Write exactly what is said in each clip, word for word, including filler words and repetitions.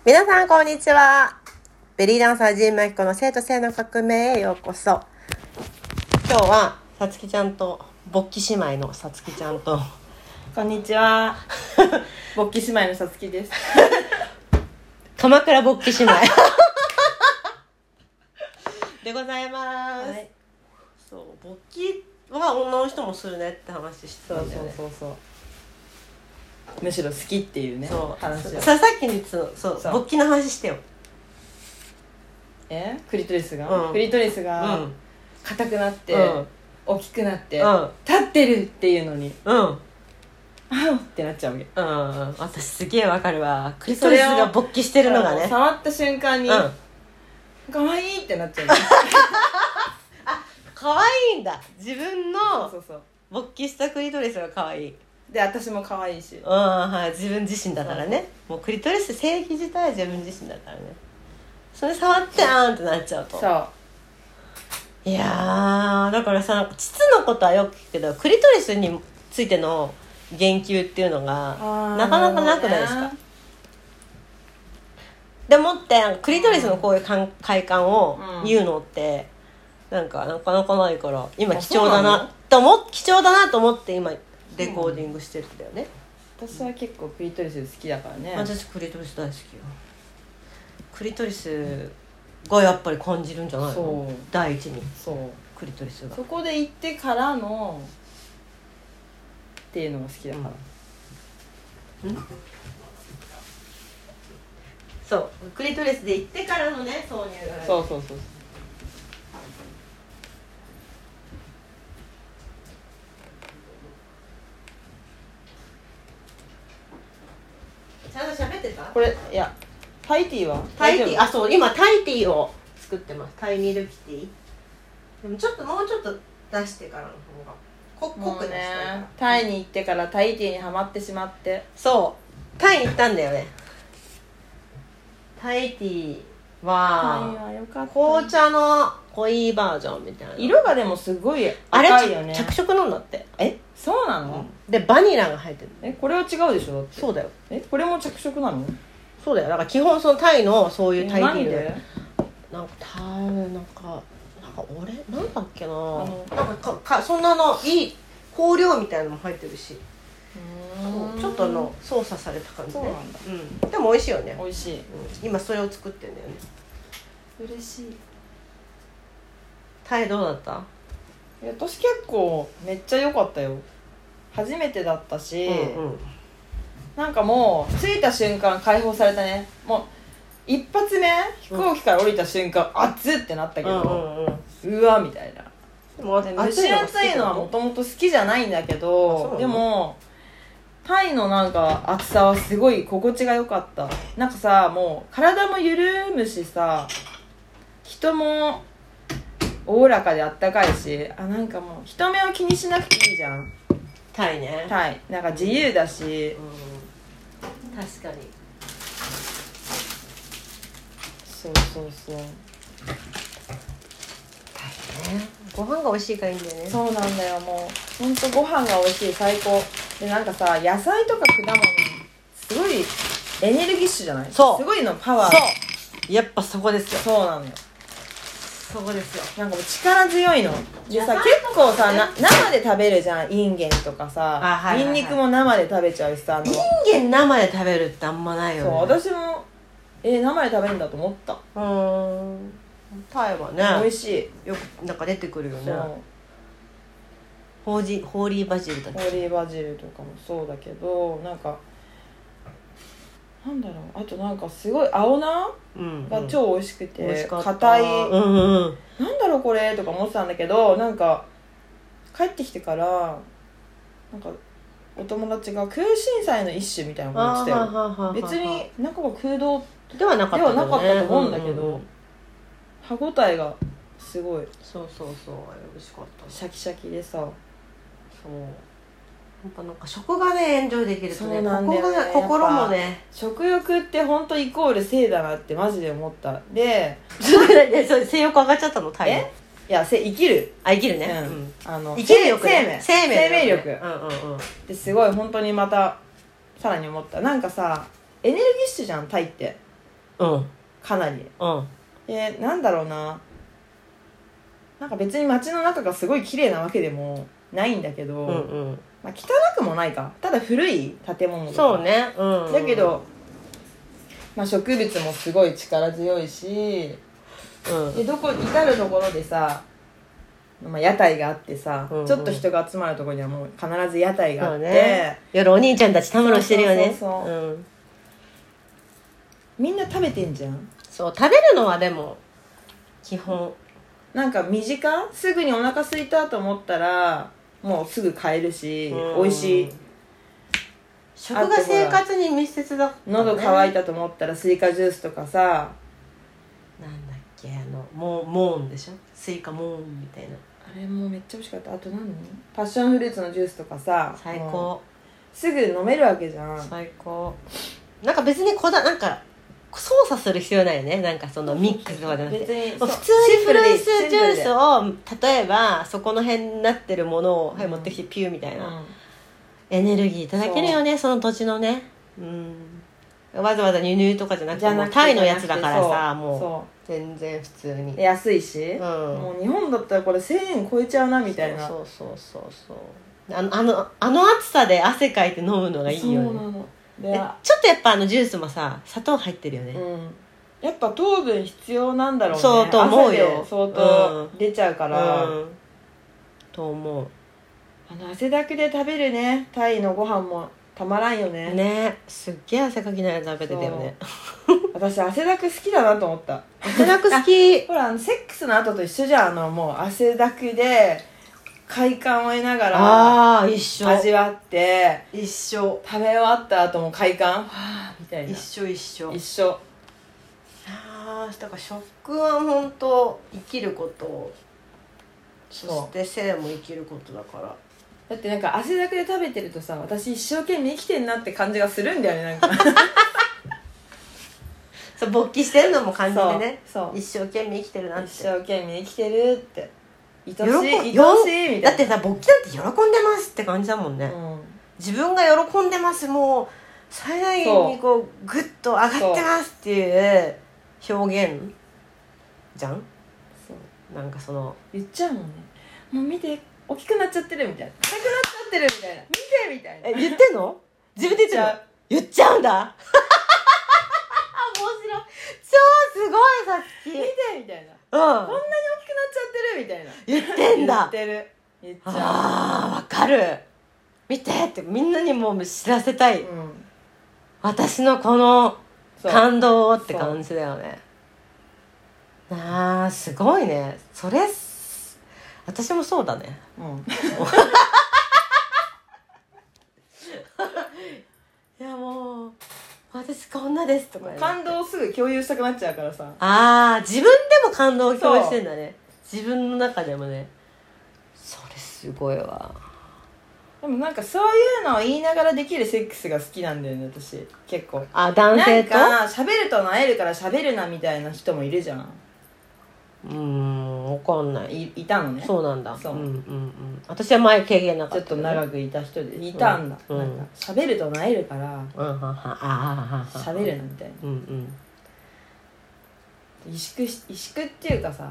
皆さんこんにちは。ベリーダンサー陣真希子の生と性の革命へようこそ。今日はさつきちゃんと勃起姉妹のさつきちゃんとこんにちは。勃起姉妹のさつきです。 鎌倉勃起姉妹でございます、はい、そう勃起は女の人もするねって話してたんだよね。 そうそうそうそう、むしろ好きっていうね、 そう話を。 ささっきのそうそうそう勃起の話してよ。 えクリトリスが、 うん、 クリトリスが硬くなって、うん、大きくなって、 うん、 立ってるっていうのにうんあうってなっちゃうわけ。 うん、私すげえわかるわ。クリトリスが勃起してるのがね、 触った瞬間に、うん、かわいいってなっちゃうあ、かわいいんだ。自分の勃起したクリトリスがかわいいで、私も可愛いし、 うん、はい、自分自身だからね。もうクリトリス性器自体は自分自身だからね。それ触ってあーんってなっちゃうと。 そういやー、だからさ、膣のことはよく聞くけど、クリトリスについての言及っていうのがなかなかなくないですか？でもってクリトリスのこういう快感を言うのって、うん、なんかなかなかないから、今貴重だなと思貴重だなと思って今レコーディングしてるんだよね。 私は結構クリトリス好きだからね。 私クリトリス大好きよ。クリトリスがやっぱり感じるんじゃないの？そう第一にそうクリトリスがそこで行ってからのっていうのが好きだから、 うん、そうクリトリスで行ってからのね挿入がそうそうそうそうちゃんと喋ってた？ これいやタイティーはタイティー、あ、そう今タイティーを作ってます。タイミルクティー。でもちょっともうちょっと出してからの方が濃く出したいから。 タイに行ってからタイティーにはまってしまって。 そうタイに行ったんだよね。タイティーはタイはよかった。 紅茶の濃いバージョンみたいな。 色がでもすごい赤いよね。 あれ着色なんだって。 えそうなの？ うん、でバニラが入ってる。 えこれは違うでしょ？だってそうだよ。 えこれも着色なの？ そうだよ。だから基本そのタイのそういうタイティーでなんか多分なんかなんか俺なんだっけな、なんかかかそんなのいい香料みたいなのも入ってるし、うんちょっとあの操作された感じね。そうなんだ、うん、でも美味しいよね。 美味しい、うん、 今それを作ってんだよね。 嬉しい。 タイどうだった？ いや私結構めっちゃ良かったよ。初めてだったし、うんうん、なんかもう着いた瞬間解放されたね。もう一発目飛行機から降りた瞬間、うん、熱ってなったけど、うんうんうん、うわみたいな。でも蒸し暑いのはもともと好きじゃないんだけど、でもタイのなんか暑さはすごい心地が良かった。なんかさ、もう体も緩むしさ、人もおおらかであったかいし、あなんかもう人目を気にしなくていいじゃん。 タイね。 タイなんか自由だし、 うん、確かに。 そうそうそう。タイね。 ご飯が美味しいからいいんだよね。 そうなんだよ。もうほんとご飯が美味しい、最高で。なんかさ、野菜とか果物すごいエネルギッシュじゃない？そうすごいのパワー。 そうやっぱそこですよ。 そうなのよ。 そこですよ。 なんかもう力強いのでさ、結構さな生で食べるじゃん。インゲンとかさ、はいはいはい、ニンニクも生で食べちゃうしさ。 インゲン生で食べるってあんまないよね。 そう私もえー、生で食べるんだと思った。 うーんタイはね美味しい。 よくなんか出てくるよね。ホージホーリーバジルだっけ。 ホーリーバジルとかもそうだけど、なんかなんだろう、あとなんかすごい青菜が超美味しくて硬、うんうん、い、うんうん、なんだろうこれとか思ってたんだけど、なんか帰ってきてからなんかお友達が空心菜の一種みたいなこと言ってたよ。別に中が空洞ではなかった、ね、 ではなかったと思うんだけど、うんうんうん、歯ごたえがすごい。 そうそうそう、あれ美味しかった。 シャキシャキでさ、 そうやっぱなんか食がねエンジョイできるとね、 そうなんだよね、 ここが心もね、 食欲って本当イコール性だなってマジで思った。でそれで性欲上がっちゃったの？タイえいやせ生きるあ生きるね、 うん、あの生きる力、ね、 生命生命力、 生命力、うんうんうん、 ですごい本当にまたさらに思った。なんかさエネルギッシュじゃんタイって。 うん、 うん、 かなり、 うん、 でなんだろうな、なんか別に街の中がすごい綺麗なわけでもないんだけど、 うんうん、 まあ、汚くもないか、ただ古い建物とかそうね、うんうん、 だけど、まあ、植物もすごい力強いし、うん、でどこ至る所でさ、まあ、屋台があってさ、うんうん、ちょっと人が集まるところにはもう必ず屋台があって、ね、 夜お兄ちゃんたちたむろしてるよね。 そうそうそう、うん、みんな食べてんじゃん。 そう、食べるのはでも基本なんか身近、すぐにお腹空いたと思ったらもうすぐ買えるし、うん、美味しい。 食が生活に密接だ、ね、 喉乾いたと思ったらスイカジュースとかさ、なんだっけ、あのモーモーンでしょ、スイカモーンみたいな、 あれもめっちゃ美味しかった。あと何、パッションフルーツのジュースとかさ、 最高、 すぐ飲めるわけじゃん。 最高。なんか別にこだなんか操作する必要ないよね。なんかそのミックスとかじゃなくて、別に普通にフルーツジュースを例えばそこの辺になってるものを、はい、持ってきてピューみたいな、うん、エネルギーいただけるよね、 そ, その土地のね、うん、わざわざ輸入とかじゃなくて、もうタイのやつだからさ、もう全然普通に安いし、うん、もう日本だったらこれせんえん超えちゃうなみたいな。 そうそうそうそう、あの、あの、あの暑さで汗かいて飲むのがいいよね。そうなので、ちょっとやっぱあのジュースもさ砂糖入ってるよね、うん、 やっぱ糖分必要なんだろうね。 そうと思うよ。 相当出ちゃうから、うんうん、 と思う。 あの汗だくで食べるねタイのご飯もたまらんよね。 ね、すっげえ汗かきながら食べてたよね。 私汗だく好きだなと思った。 汗だく好き。 ほらあのセックスの後と一緒じゃん。あのもう汗だくで快感を得ながら味わって一緒、 食べ終わった後も快感はぁみたいな、 一緒一緒一緒。 ああ、だから食は本当生きること、そして性も生きることだから。 だってなんか汗だくで食べてるとさ、私一生懸命生きてんなって感じがするんだよね。なんかそう勃起してるのも感じでね。そうそう、一生懸命生きてるなって、 一生懸命生きてるって愛しい、愛しいみたいな。 だってさ、勃起なんて喜んでますって感じだもんね、うん、自分が喜んでます、もう最大限にこうグッと上がってますっていう表現じゃん。そうなんかその言っちゃうもんね。もう見て大きくなっちゃってるみたいな、高くなっちゃってるみたいな、見てみたいな。 え、言ってんの？自分で言っちゃう？言っちゃうんだ。面白い、超すごい、さっき見てみたいな、 うん、 こんなに大きくなっちゃってるみたいな言ってんだ。 言ってる、言っちゃう。 あー、わかる。見てってみんなにも知らせたい、うん、私のこの感動って感じだよね。あー、すごいね。それ私もそうだね、うん、いやもう私こんなですとか、ね、 感動をすぐ共有したくなっちゃうからさ。 ああ、自分でも感動を共有してんだね、自分の中でもね。それすごいわ。 でもなんかそういうのを言いながらできるセックスが好きなんだよね、私結構。 あ、男性となんか喋るとなえるから喋るなみたいな人もいるじゃん。 うーん、分かんない。 い, いたのね。 そうなんだ。 そう、うんうんうん、 私は前経験なかった、ね、 ちょっと長くいた人でいたんだ、うん、なんか喋るとなえるから、うん、ははは喋るなみたいな、うんうん、萎縮し萎縮っていうかさ、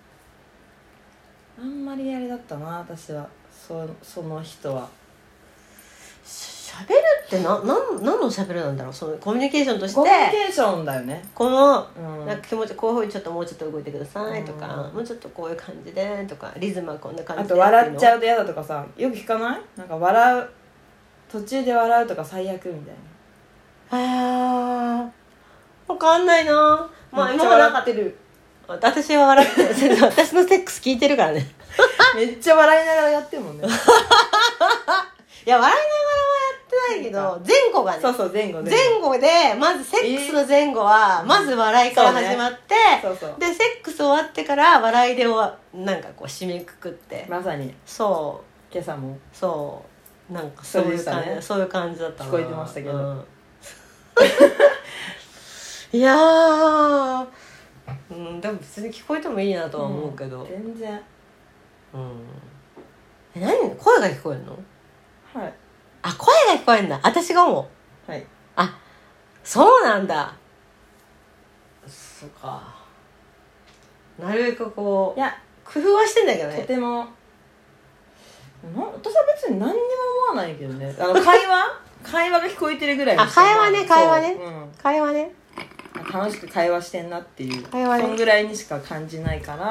あんまりあれだったな私は。 そ, その人は喋るってな、な何の喋るなんだろう。そのコミュニケーションとしてコミュニケーションだよね。 この、うん、なんか気持ちこういうふうにちょっともうちょっと動いてくださいとか、うん、もうちょっとこういう感じでとか、リズムはこんな感じで。 あと笑っちゃうと嫌だとかさ、よく聞かない？なんか笑う途中で笑うとか最悪みたいな。 へー、分かんないな。 まあ今は笑ってる。 私は笑って私のセックス聞いてるからね。 めっちゃ笑いながらやってるもんね。 いや、笑いながらはやってないけど、前後がね、 そうそう、前後前後で、まずセックスの前後は、まず笑いから始まって、 そうそう、 でセックス終わってから笑いで終わなんかこう締めくくって、 まさにそう、 今朝もそうなんかそういう感じ、ね、そういう感じだったな。 聞こえてましたけど、うん、 いやー、うん、でも別に聞こえてもいいなとは思うけど、 うん、全然、 うん、え、何、声が聞こえるの？ はい。 あ、声が聞こえるんだ。私が思う。 はい。 あ、そうなんだ。 そうか。なるべくこういや工夫はしてんだけどね。 とてもな私は別に何にも思わないけどね。あの会話会話が聞こえてるぐらいの。 あ、会話ね会話ね、 うん、 会話ね。 楽しく会話してんなっていう会話ね。 そんぐらいにしか感じないから。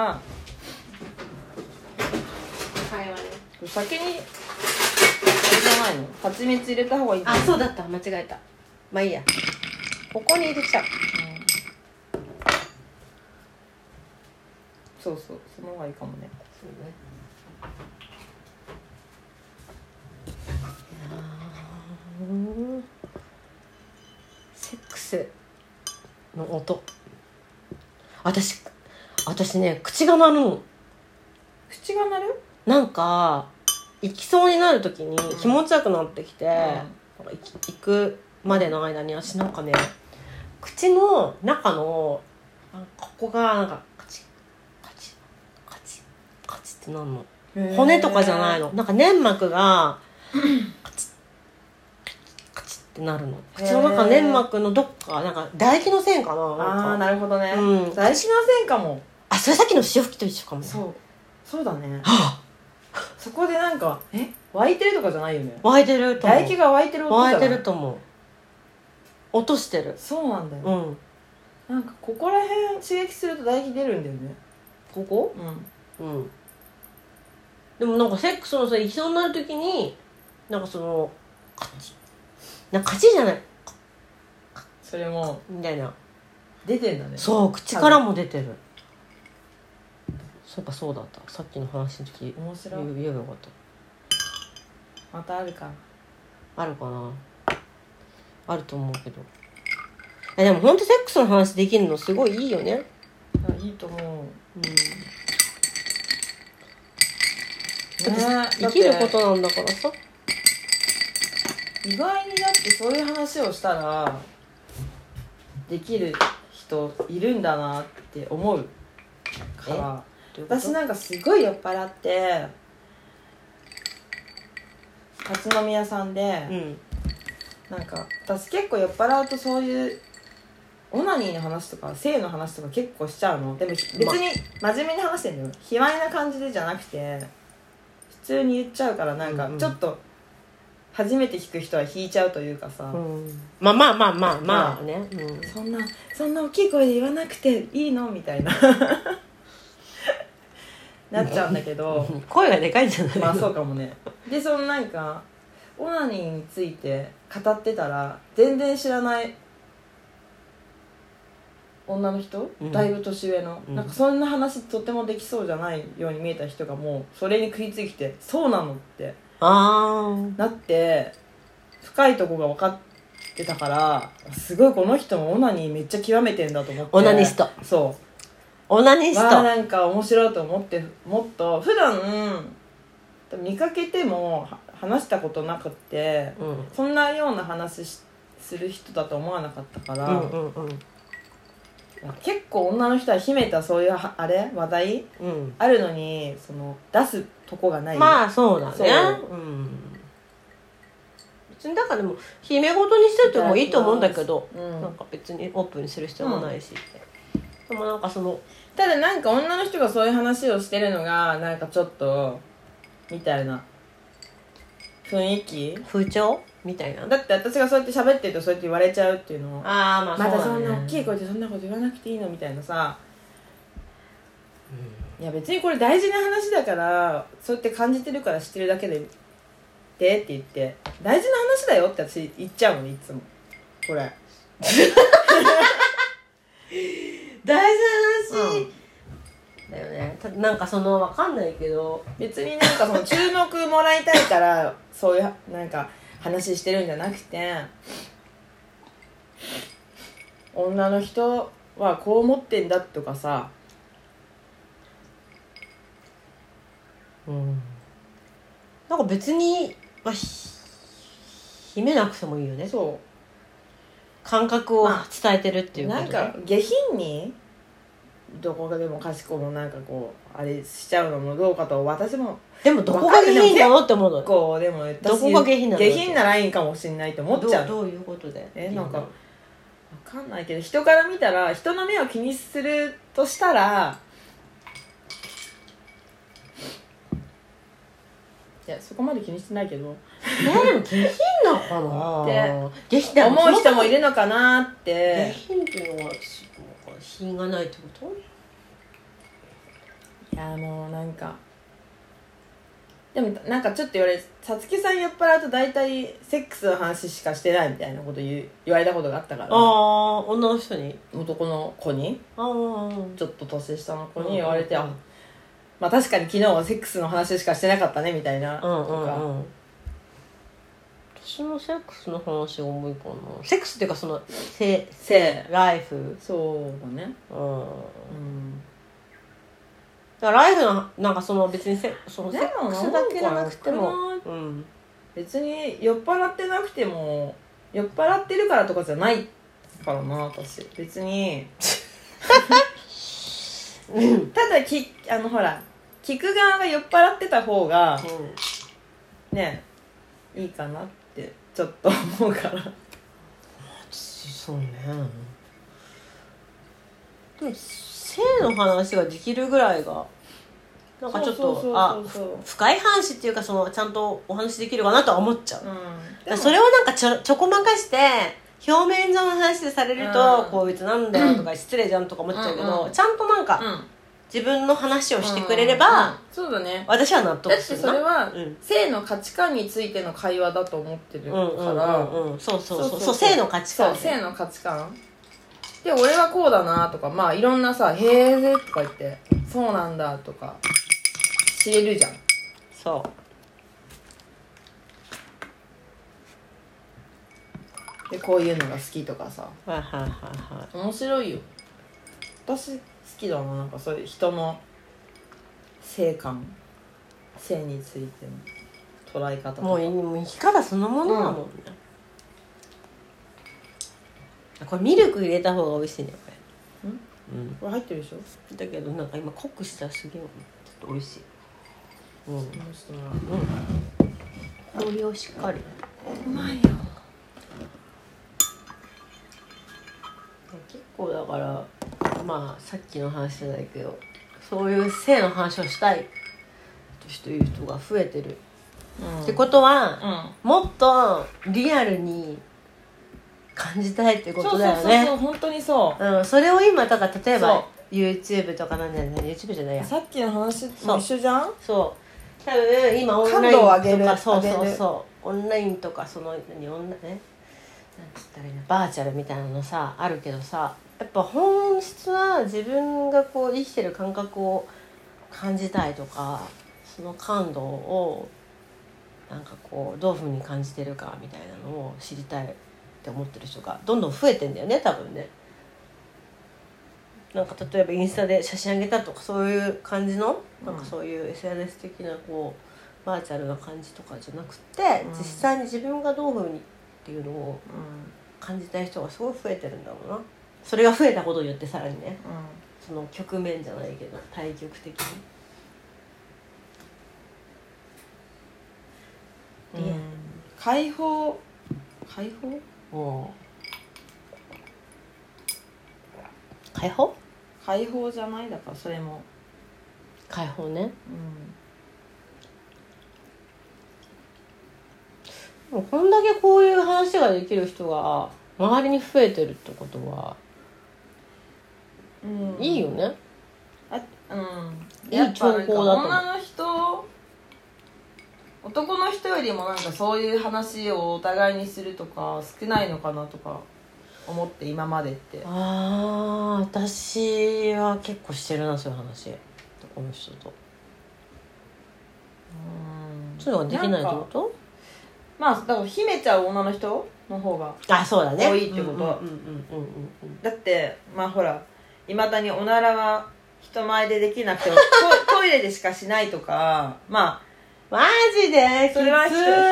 会話ね。 先にあれじゃないの？蜂蜜入れた方がいい。 あ、そうだった、間違えた。まあいいや。ここに入れちゃう。 そうそう、その方がいいかもね。 そうね。あ、セックスの音。私私ね、口が鳴るの。 口が鳴る？ なんか行きそうになるときに気持ちよくなってきて、うん、なんか行くまでの間に私なんかね、口の中のここがなんかカチカチカチカチってなんの、骨とかじゃないの、なんか粘膜がカチカチってなるの。口の中の粘膜のどっかなんか唾液の線かな。なんかあー、なるほどね、 うん、 唾液の線かも。 あ、それさっきの潮吹きと一緒かも。 そうそうだね。 はあ、 そこでなんかえ湧いてるとかじゃないよね。 湧いてると思う。 唾液が湧いてる音じゃない？ 湧いてると思う。落としてる。 そうなんだよ、 うん、 なんかここら辺刺激すると唾液出るんだよね。 ここ？うん、うん。でもなんかセックスのさ、行きそうになるときになんかそのカチなんかカチじゃない、 それもみたいな出てんだね。 そう、口からも出てる。そうか、そうだった。さっきの話の時面白い。 言えばよかった。 またあるか。 あるかな。あると思うけど。え、でも本当セックスの話できるのすごいいいよね。 いいと思う。うん。 ね、生きることなんだからさ。 意外にだってそういう話をしたらできる人いるんだなって思うから。私なんかすごい酔っ払って立ち飲み屋さんで、うん、なんか私結構酔っ払うとそういうオナニーの話とか性の話とか結構しちゃうの。でも別に真面目に話してんのよ。卑猥な感じでじゃなくて普通に言っちゃうから、なんかちょっと初めて聞く人は引いちゃうというかさ、うん、 まあまあまあまあまあね、うん、 そんなそんな大きい声で言わなくていいのみたいななっちゃうんだけど声がでかいんじゃないの。 まあそうかもね。でそのなんかオナニーについて語ってたら全然知らない女の人、うん、だいぶ年上の、うん、なんかそんな話とてもできそうじゃないように見えた人がもうそれに食いついてそうなのってあなって深いとこが分かってたから、すごいこの人もオナニーめっちゃ極めてんだと思って。 オナニスト。 そうオナニスト。 わあなんか面白いと思って、もっと普段見かけても話したことなくって、うん、そんなような話しする人だと思わなかったから、うんうんうん、結構女の人は秘めたそういうあれ話題、うん、あるのにその出すとこがない。 まあそうだね。う、うん、別にだからでも秘め事にしててもいいと思うんだけど、うん、なんか別にオープンにする必要もないし、うん、でもなんかそのただなんか女の人がそういう話をしてるのがなんかちょっとみたいな雰囲気風潮みたいな。 だって私がそうやって喋ってるとそうやって言われちゃうっていうのを、 あ、まあそうだね、 またそんな大きい声でそんなこと言わなくていいのみたいなさ、うん、いや別にこれ大事な話だからそうやって感じてるから知ってるだけででって言って大事な話だよって私言っちゃうのね、いつもこれ大事な話、うん、だよね。たなんかその分かんないけど別になんかその注目もらいたいからそういうなんか話してるんじゃなくて、女の人はこう思ってんだとかさ、 うん、なんか別に、まあ、秘めなくてもいいよね。 そう感覚を伝えてるっていうことで、 まあ、なんか下品にどこかでもかしこもなんかこうあれしちゃうのもどうかと私も。 でもどこが下品なのって思うの。 こうでもどこが下品なの。 下品なラインかもしれないと思っちゃう。 どう、どういうことで。 えなんか分かんないけど、人から見たら人の目を気にするとしたら、いやそこまで気にしてないけどえでも下品なのかなって下品思う人もいるのかなって。 下品っていうのは品がないってこと？ いやもうなんかでもなんかちょっと言われる、さつきさん酔っ払うと大体セックスの話しかしてないみたいなこと言う言われたことがあったから。 ああ女の人に？ 男の子に、あちょっと年下の子に言われて、 うんうんうん、 あまあ確かに昨日はセックスの話しかしてなかったねみたいなとか、うんうんうん、 私もセックスの話が重いかな。セックスっていうかその性性ライフ。 そうだね。うん、うん、 だからライフのなんかその別にセそのセックスだけじゃなくても、 うん、別に酔っ払ってなくても酔っ払ってるからとかじゃないからな私別にただきあのほら聞く側が酔っ払ってた方が、うん、ねいいかなってちょっと思うからそうね。で性の話ができるぐらいがなんかちょっとあ深い話っていうかそのちゃんとお話できるかなとは思っちゃう、うん、それをなんかちょちょこまかして表面上の話でされると、うん、こいつなんだよとか失礼じゃんとか思っちゃうけど、うんうん、ちゃんとなんか、うん、自分の話をしてくれれば、うんうん、 そうだね、 私は納得するな。 だってそれは、うん、性の価値観についての会話だと思ってるから、うんうんうん、 そうそうそうそうそう性の価値観、 ね、そう性の価値観で俺はこうだなとかまあいろんなさへえとか言ってそうなんだとか知れるじゃん。そうでこういうのが好きとかさ、 はいはいはいはい、 面白いよ。私好きだな、なんかそういう人の性感性についての捉え方とかもう生き方そのものだもんね、うん、これミルク入れた方が美味しいねこれ。 うんこれ入ってるでしょ。 だけどなんか今濃くしたらすげえちょっと美味しい。うん、うん、氷をしっかりうまいよ。 結構だからまあさっきの話じゃないけどそういう性の話をしたいという人が増えてる、うん、ってことは、うん、もっとリアルに感じたいってことだよね。 そうそうそうそう本当にそう、 うん、それを今だから例えば YouTube とかなんだよね YouTube じゃないやさっきの話と一緒じゃん。 そう多分今オンラインとかそうそうそうオンラインとかその何オンラインねなんつったらいいのバーチャルみたいなのさあるけどさやっぱ本質は自分がこう生きてる感覚を感じたいとかその感動をなんかこうどういう風に感じてるかみたいなのを知りたいって思ってる人がどんどん増えてんだよね多分ね。なんか例えばインスタで写真あげたとかそういう感じの、うん、なんかそういう エスエヌエス 的なこうバーチャルな感じとかじゃなくて、うん、実際に自分がどういう風にっていうのを感じたい人がすごい増えてるんだろうな。それが増えたことによってさらにね、うん、その局面じゃないけど対極的に、 うん、解放解放お解放解放じゃないだからそれも解放ね、うん、もうこんだけこういう話ができる人が周りに増えてるってことは、うん、いいよね。 あ、うん、いい兆候だと思う。女の人男の人よりもなんかそういう話をお互いにするとか少ないのかなとか思って今までって。 ああ私は結構してるなそういう話この人と。うんそういうのができないってこと？ まあだから秘めちゃう女の人の方があそうだね多いってこと。だってまあほらいまだにおならは人前でできなくてもト, トイレでしかしないとかまあマジでそれはきつ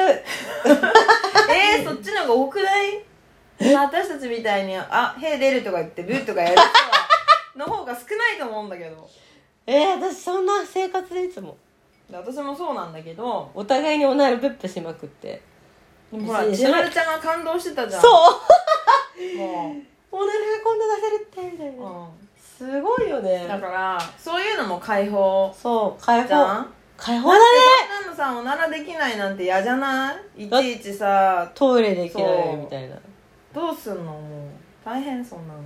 えー、そっちの方が多くない？私たちみたいにあへ出るとか言ってブーとかやる人の方が少ないと思うんだけどえー、私そんな生活でいつも私もそうなんだけどお互いにおならぶっぷしまくってでもほら千春ちゃんが感動してたじゃん。 そうもうおならがこんな出せるってみたいな、うん、すごいよね。 だからそういうのも解放。 そう解放じゃん。 解放だね。 そんなのさおならできないなんて嫌じゃない？いちいちさトイレできないみたいな。 どうすんの？もう大変そんなの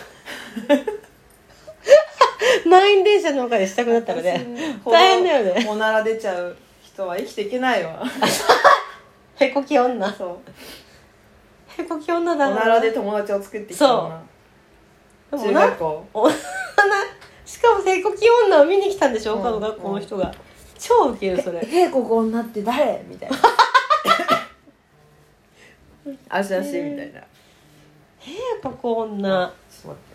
満員電車の中でしたくなったらね大変だよね。 おなら出ちゃう人は生きていけないわへこき女。 そうへこき女だな。 おならで友達を作ってきた女。そう中学校おなしかもへこき女を見に来たんでしょ、他の学校の人が、うん、超ウケるそれ。 へここ女って誰みたいなあしあしみたいな。 へここ女。 ちょっと待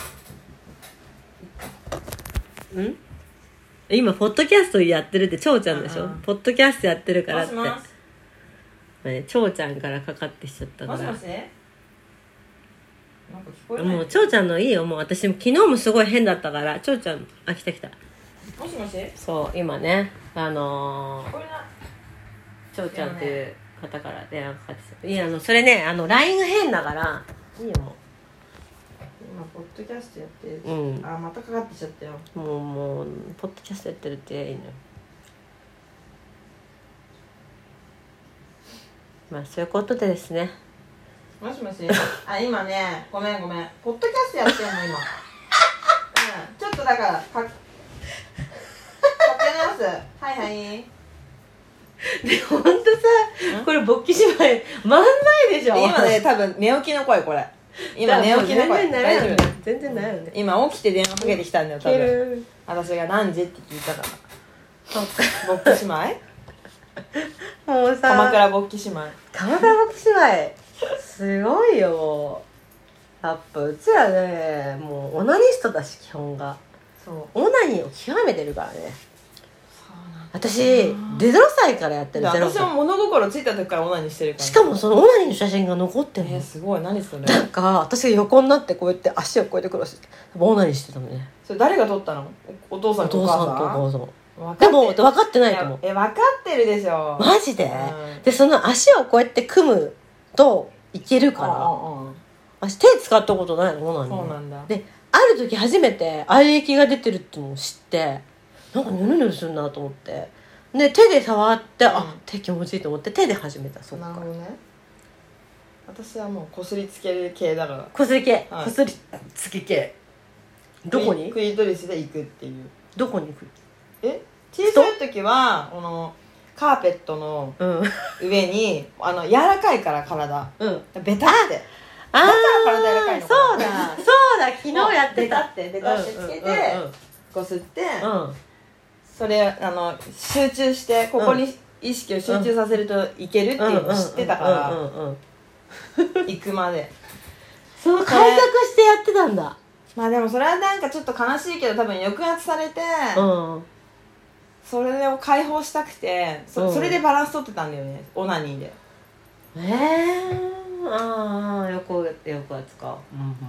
って。 ん今ポッドキャストやってるって長ちゃんでしょ、うんうん、ポッドキャストやってるからって。 もしもし、 ね、長ちゃんからかかってきちゃったから。 もしもし、なんか聞こえない。 もう長ちゃんのいいよ。もう私も昨日もすごい変だったから長ちゃん。あ、来た来た。 もしもし。 そう今ねあのー、 聞こえない。 長ちゃんっていう方から電話かかってきた。いやあのそれねあの ライン が変だからいいよもう。 今ポッドキャストやってる、 うん、 あまたかかってきちゃったよ。 もうもうポッドキャストやってるっていいのよ。まあそういうことでですね。 もしもしあ今ねごめんごめんポッドキャストやってんの今うんちょっとだからかかけ直す。はいはいでほんとさこれ勃起芝居漫才でしょ。 今ね多分寝起きの声これ。今寝起きの声。 大丈夫。全然ないよね。 今起きて電話かけてきたんだよ多分。私が何時って聞いたから。 そっか。 勃起姉妹もうさ鎌倉勃起姉妹鎌倉勃起姉妹すごいよ。やっぱうちらねもうオナニストだし基本が。そうオナニーを極めてるからね。私ゼロさいからやってる。 私も物心ついた時からオナニーしてるから、ね、 しかもそのオナニーの写真が残ってるの。 えー、すごい。何それ。 なんか私が横になってこうやって足をこうやってクロスしてオナニーしてたのね。 それ誰が撮ったの？お父さんとお母さん。お父さんとお母さん。 でも分かってないと思う。 え分かってるでしょマジで、うん、でその足をこうやって組むといけるから。私手使ったことないのオナニー。 そうなんだ。 である時初めて愛液が出てるってのを知ってなんかヌルヌルするなと思ってで手で触って、うん、あ手気持ちいいと思って手で始めた。そっか。 なるほどね。私はもうこすりつける系だから。 こすり系、はい、こすりつき系。どこに？ クリトリスで行くっていう。 どこに行く？ え小さい時はこのカーペットの上に、うん、あの柔らかいから体、うん、ベタってあだから体柔らかいのかな。そうだそうだ昨日やってたってベタってつけてこすって、うん、それあの集中してここに意識を集中させるといけるっていうのを知ってたから行くまでそう改革してやってたんだ。 まあでもそれはなんかちょっと悲しいけど多分抑圧されて、うん、それを解放したくて そ,、うん、それでバランス取ってたんだよねオナニーで。 えー、ああ抑圧か、うんうんうん、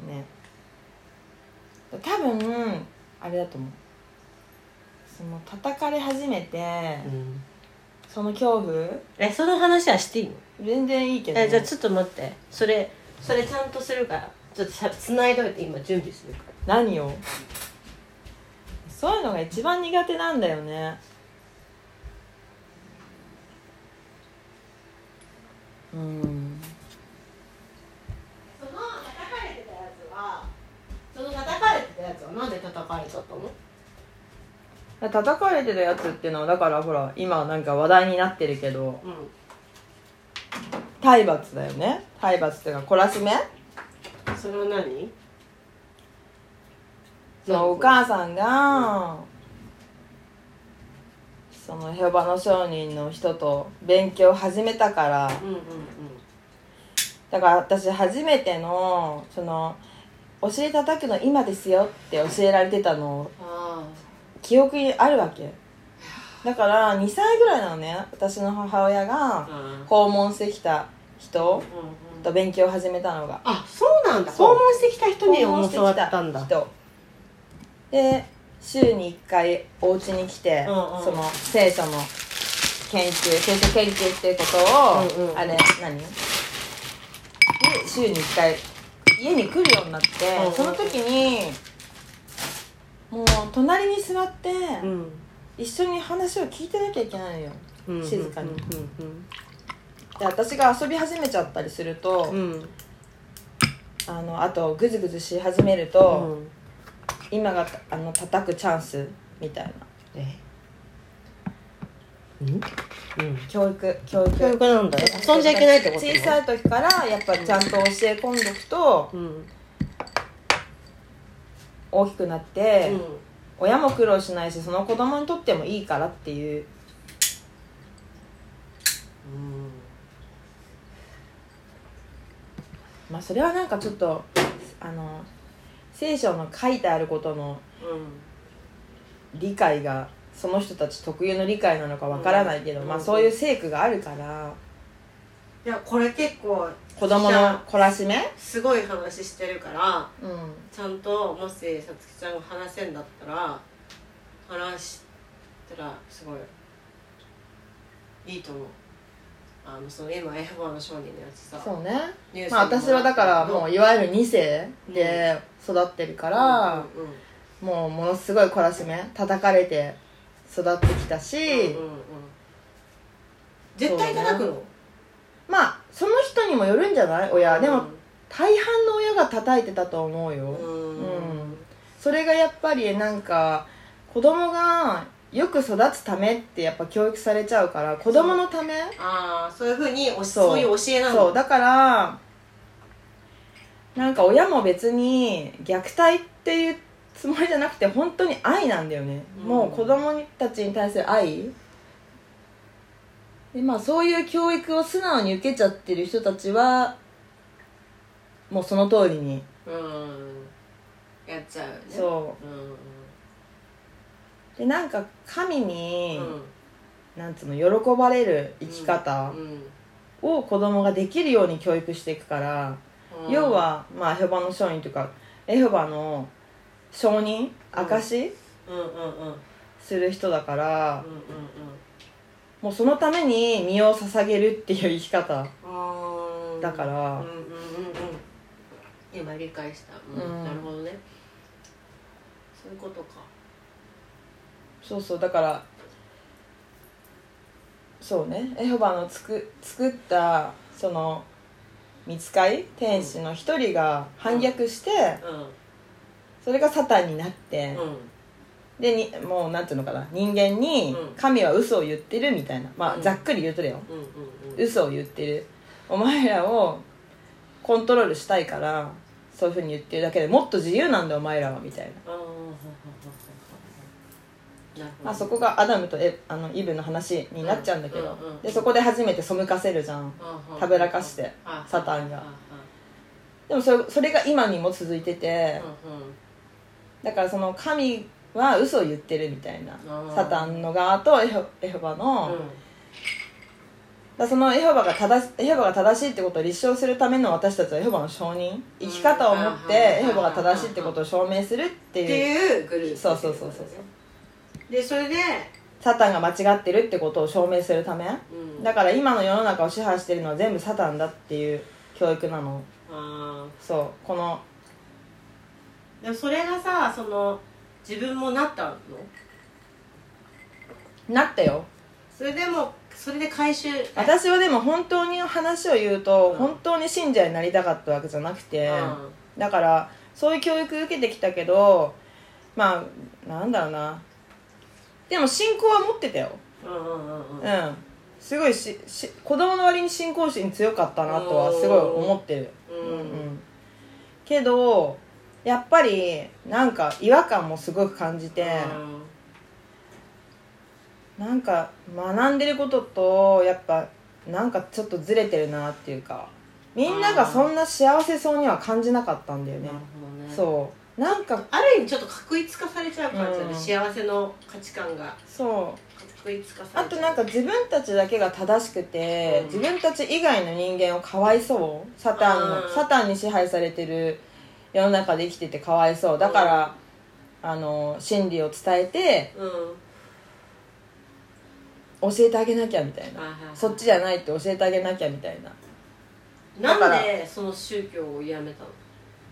ね多分あれだと思う。その叩かれ始めて、うん、その恐怖えその話はしていいの？ 全然いいけど、ね、 えじゃあちょっと待ってそれそれちゃんとするからちょっとつないどいて今準備するから。 何を？そういうのが一番苦手なんだよね。うんその叩かれてたやつはその叩かれてたやつはなんで叩かれちゃったの？ 叩かれてたやつっていうのはだからほら今なんか話題になってるけど、うん、体罰だよね。体罰っていうか懲らしめ。 それは何？ そのお母さんが、うん、そのエホバの証人の人と勉強を始めたから、うんうんうん、だから私初めてのそのお尻叩くの今ですよって教えられてたの記憶にあるわけだからにさいぐらいなのね。私の母親が訪問してきた人と勉強を始めたのが。 あ、そうなんだ。訪問してきた人に教わったんだ。人で週にいっかいお家に来て、うんうん、その聖書の研究聖書研究っていうことを、うんうん、あれ何週にいっかい家に来るようになって、うん、その時にもう隣に座って、うん、一緒に話を聞いてなきゃいけないのよ、うん、静かに、うんうん、で私が遊び始めちゃったりすると、うん、あのあとグズグズし始めると、うん、今があの叩くチャンスみたいな。えうんうん、 教育教育教育なんだよ。遊んじゃいけないってこと？ 小さい時からやっぱちゃんと教え込んどくと、うん、大きくなって、うん、親も苦労しないしその子供にとってもいいからっていう、うん、まあそれはなんかちょっとあの聖書の書いてあることの理解がその人たち特有の理解なのかわからないけど、うん、まあそういう聖句があるから。 いやこれ結構子供の懲らしめすごい話してるから、うん、ちゃんともしさつきちゃんが話せんだったら話したらすごいいいと思う。あのその今エホバの証人のやつさ、 そうね、まあ、私はだからもういわゆるに世で育ってるから、うんうんうん、もうものすごい懲らしめ叩かれて育ってきたし、うんうんうん、 絶対叩くの？ まあその人にもよるんじゃない親、うん、でも大半の親が叩いてたと思うよ、うん、うん、それがやっぱりなんか子供がよく育つためってやっぱ教育されちゃうから子供のため、 ああそういうふうにそう、そういう教えなの。 そうだからなんか親も別に虐待っていうつもりじゃなくて本当に愛なんだよね、うん、もう子供たちに対する愛で、まあ、そういう教育を素直に受けちゃってる人たちはもうその通りに、 うん、やっちゃうよね。 そう、うん、でなんか神に、うん、なんつうの喜ばれる生き方を子供ができるように教育していくから、うん、要は、まあ、エホバの証人というかエホバの証人証、うんうんうんうん、する人だから、うんうんうん、もうそのために身を捧げるっていう生き方だから、うんうんうんうん、 今理解した、うんうん、なるほどね、そういうことか。 そうそうだからそうねエホバのつく作ったその御使い天使の一人が反逆して、うんうん、それがサタンになって、うんでにもうなんていうのかな人間に神は嘘を言ってるみたいな、まあ、ざっくり言うとだよ、うんうんうん、嘘を言ってるお前らをコントロールしたいからそういうふうに言ってるだけでもっと自由なんだお前らはみたいな、まあ、そこがアダムとエあのイブの話になっちゃうんだけど、うんうんうん、でそこで初めて背かせるじゃん、たぶらかしてサタンが。でもそ れ, それが今にも続いてて、だからその神は嘘を言ってるみたいな、サタンの側とエ ホ, エホバの、うん、だそのエホバが正しエホバが正しいってことを立証するための私たちはエホバの証人、生き方を持ってエホバが正しいってことを証明するっていう、 っていうグループ、 そうそうそうそうでそれでサタンが間違ってるってことを証明するため、うん、だから今の世の中を支配してるのは全部サタンだっていう教育なの。あそうこのでもそれがさその自分もなったの？ なったよ。 それでもそれで回収私はでも本当に話を言うと、うん、本当に信者になりたかったわけじゃなくて、うん、だからそういう教育受けてきたけどまあなんだろうなでも信仰は持ってたよ。うんうんうん、うん、すごいしし子供の割に信仰心強かったなとはすごい思ってる、うんうんうん、けどやっぱりなんか違和感もすごく感じて、うん、なんか学んでることとやっぱなんかちょっとずれてるなっていうかみんながそんな幸せそうには感じなかったんだよね。なるほどね。そうなんかある意味ちょっと確一化されちゃう感じだね、うん、幸せの価値観がそう確一化されちゃう。 あとなんか自分たちだけが正しくて、うん、自分たち以外の人間をかわいそうサタンのサタンに支配されてる世の中で生きててかわいそうだから、うん、あの真理を伝えて、うん、教えてあげなきゃみたいな、そっちじゃないって教えてあげなきゃみたいな。 なんでその宗教をやめたの？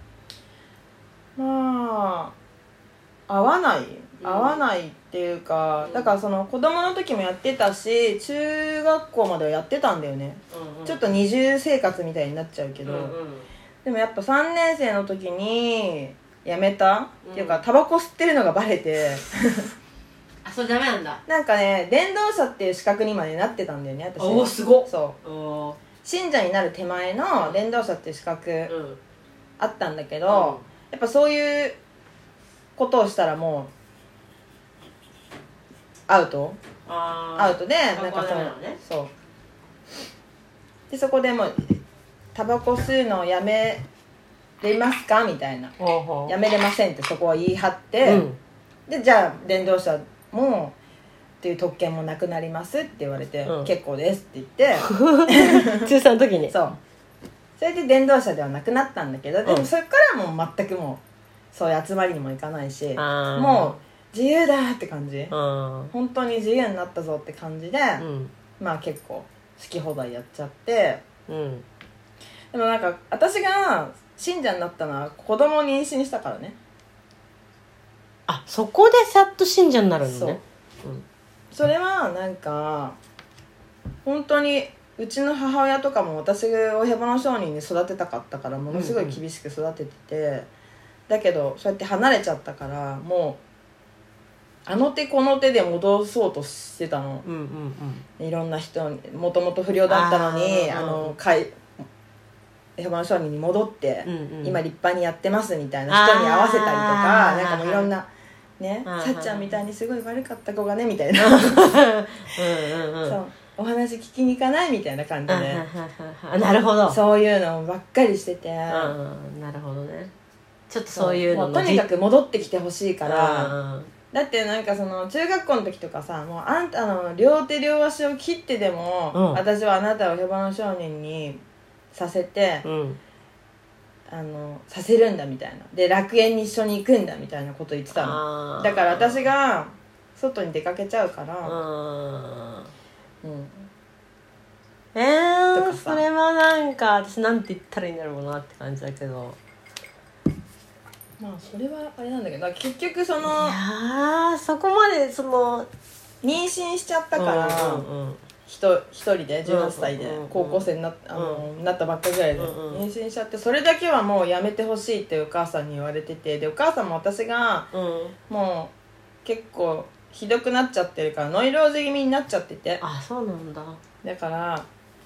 合わない合わないっていうか、うん、だからその子供の時もやってたし中学校まではやってたんだよね、うんうん、ちょっと二重生活みたいになっちゃうけど、うんうん、でもやっぱさんねん生の時にやめた、うん、っていうかタバコ吸ってるのがバレてあ、それダメなんだ。 なんかね伝道者っていう資格にまでなってたんだよね私。 おお、すごっ。 そうお信者になる手前の伝道者っていう資格、うん、あったんだけど、うん、やっぱそういうことをしたらもうアウトアウトでなんかその、ね、そうでそこでもうタバコ吸うのをやめれますかみたいな、やめれませんってそこは言い張って、うん、でじゃあ伝道者もっていう特権もなくなりますって言われて、うん、結構ですって言って中さんの時にそうそれで伝道者ではなくなったんだけど、でもそれからもう全くもうそういう集まりにも行かないし、もう自由だって感じ、本当に自由になったぞって感じで、うん、まあ結構好き放題やっちゃって、うん、でもなんか私が信者になったのは子供を妊娠したからね。 あ、そこでさっと信者になるのね。 そう、うん、それはなんか本当にうちの母親とかも私がおへぼの商人に育てたかったからものすごい厳しく育ててて、うんうん、だけどそうやって離れちゃったからもうあの手この手で戻そうとしてたの、うんうんうん、いろんな人にもともと不良だったのにあのかいエホバの商人に戻って、うんうん、今立派にやってますみたいな人に合わせたりとか、なんかもういろんなね、さっちゃんみたいにすごい悪かった子がねみたいなうんうん、うん、そうお話聞きに行かないみたいな感じでなるほどそういうのばっかりしてて、うん、 なるほどね。ちょっとそういうのもうとにかく戻ってきてほしいから、だってなんかその中学校の時とかさ、もうあんたの両手両足を切ってでも、うん、私はあなたをエホバの証人にさせて、うん、あのさせるんだみたいなで楽園に一緒に行くんだみたいなこと言ってたの。だから私が外に出かけちゃうから、うん、 えー、それはなんか私なんて言ったらいいんだろうなって感じだけど、 まあそれはあれなんだけど結局そのいやそこまでその妊娠しちゃったから、うんうんうん、一人でじゅうはっさいで高校生に な, あの、うん、なったばっかりぐらいで妊娠しちゃって、それだけはもうやめてほしいってお母さんに言われてて、でお母さんも私が、うん、もう結構ひどくなっちゃってるからノイローゼ気味になっちゃってて、 あ、そうなんだ。 だから、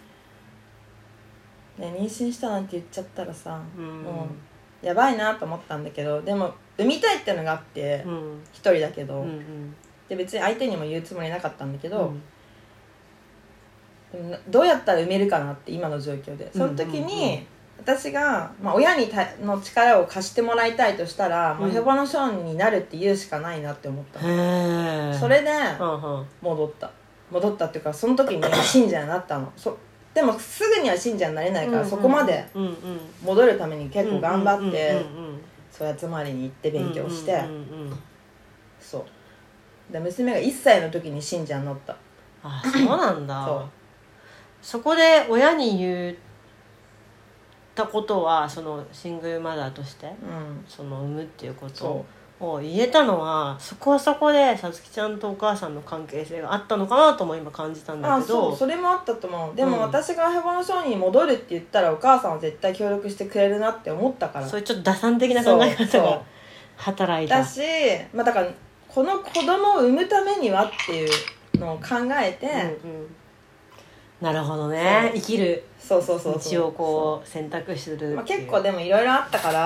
ね、妊娠したなんて言っちゃったらさ、うん、もうやばいなと思ったんだけど、でも産みたいってのがあって一、うん、人だけど、うんうん、で別に相手にも言うつもりなかったんだけど、うん、でもどうやったら産めるかなって今の状況で、その時に、うんうんうん、私が、まあ、親にたの力を貸してもらいたいとしたら、うん、もうヘボの商人になるって言うしかないなって思ったの。それで戻った戻ったっていうか、その時に信者になったの。そでもすぐには信者になれないから、うんうん、そこまで戻るために結構頑張ってそういう集まりに行って勉強して、うんうんうんうん、そうで娘がいっさいの時に信者になった。 あ、そうなんだそう、そこで親に言ったことはそのシングルマザーとして、うん、その産むっていうことを言えたのは、そこはそこでさつきちゃんとお母さんの関係性があったのかなとも今感じたんだけど。 あ、そう、それもあったと思う。でも、うん、私がヘボの商人に戻るって言ったらお母さんは絶対協力してくれるなって思ったから、 そういうちょっと打算的な考え方が働いただし、まあ、だからこの子供を産むためにはっていうのを考えて、うんうん、 なるほどね、生きるそうそうそうそう道をこう選択する、 まあ、結構でもいろいろあったから、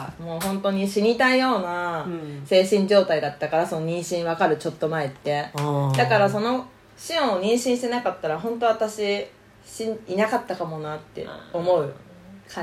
もう本当に死にたいような精神状態だったから、その妊娠分かるちょっと前って。だからそのシオンを妊娠してなかったら本当私しいなかったかもなって思うから、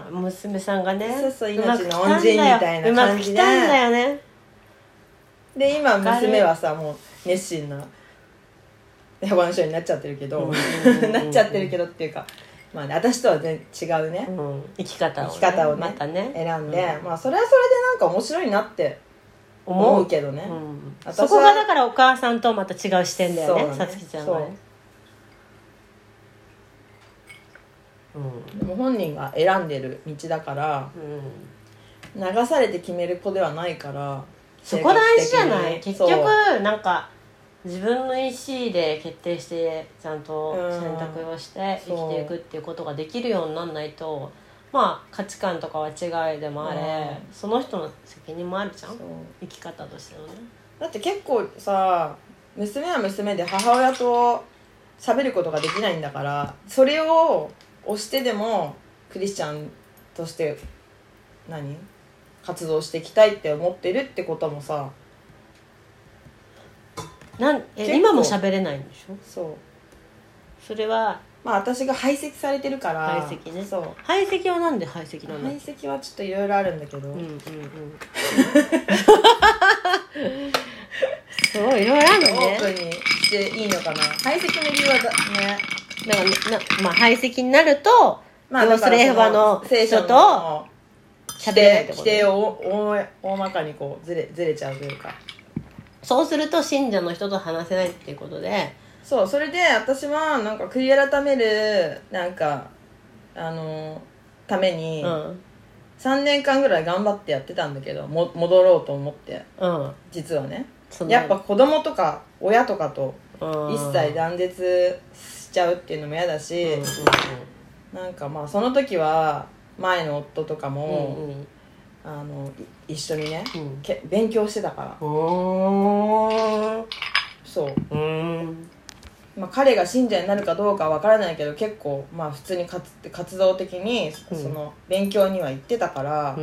娘さんがね、 そうそう、命の恩人みたいな感じで、うまく来たんだよね。で今娘はさ、もう熱心なヘボの人になっちゃってるけど、なっちゃってるけどっていうか、まあね、私とは全然違うね、うん、 生き方をね、 生き方をね、 またね選んで、うん、まあそれはそれでなんか面白いなって思うけどね、うん、 私はそこがだからお母さんとまた違う視点だよね、さつきちゃんはね。 うん、でも本人が選んでる道だから、うん、流されて決める子ではないからそこ大事じゃない？結局なんか自分の意思で決定してちゃんと選択をして生きていくっていうことができるようにならないと、まあ価値観とかは違いでもあれ、うん、その人の責任もあるじゃん、生き方としてのね。 だって結構さ、娘は娘で母親と喋ることができないんだから、それを押してでもクリスチャンとして何活動していきたいって思ってるってこともさ、 なんえ今も喋れないんでしょ。 そう、それはまあ私が排斥されてるから。 排斥ね。 そう、 排斥はなんで排斥なの？ 排斥はちょっといろいろあるんだけど、うんうんうんすごいいろいろあるのね。 オープンにしていいのかな。排斥の理由はだね、 だからな、まあ排斥になると、まあ、要するにエホバの人と喋れないってこと。規定を大大まかにこうずれずれちゃうというか、 そうすると信者の人と話せないっていうことで、 そう、それで私はなんか悔い改めるなんかあのために、うん、さんねんかんぐらい頑張ってやってたんだけど、も戻ろうと思って、うん、実はね、やっぱ子供とか親とかと一切断絶しちゃうっていうのも嫌だし、うんうんうん、なんかまあその時は前の夫とかも、うんうん、あの一緒にね、うん、け勉強してたから、そう、うんまあ、彼が信者になるかどうかは分からないけど、結構まあ普通に活活動的にその勉強には行ってたから、うん、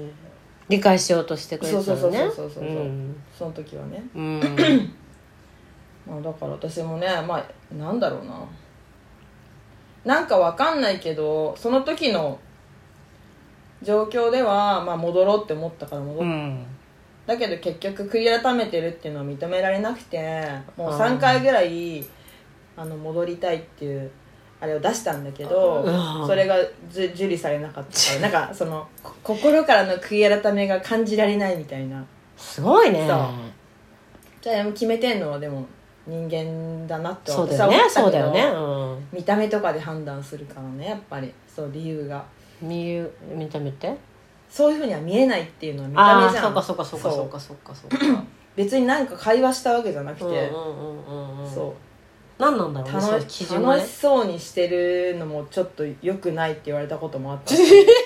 理解しようとしてくれてたのね。 そうそうそうそうそう、うん、その時はね、うん、まあだから私もね、まあなんだろうな、なんか分かんないけどその時の状況ではまあ戻ろうって思ったから戻った、うん、だけど結局悔い改めてるっていうのは認められなくて、もうさんかいぐらいあの戻りたいっていうあれを出したんだけど、それが受理されなかったから、なんかその心からの悔い改めが感じられないみたいな。 すごいね。 そう、じゃあ決めてんのはでも人間だなって私は思ったけど、そうだよね、そうだよね、 うん、見た目とかで判断するからね、やっぱりそう理由が見, 見た目ってそういうふうには見えないっていうのは見た目じゃん。 ああ、そうかそうかそうかそうかそうかそうか別に何か会話したわけじゃなくて、うんうんうんうん、そう何なんだろうね、 楽, そう基準はね、 楽しそうにしてるのもちょっと良くないって言われたこともあった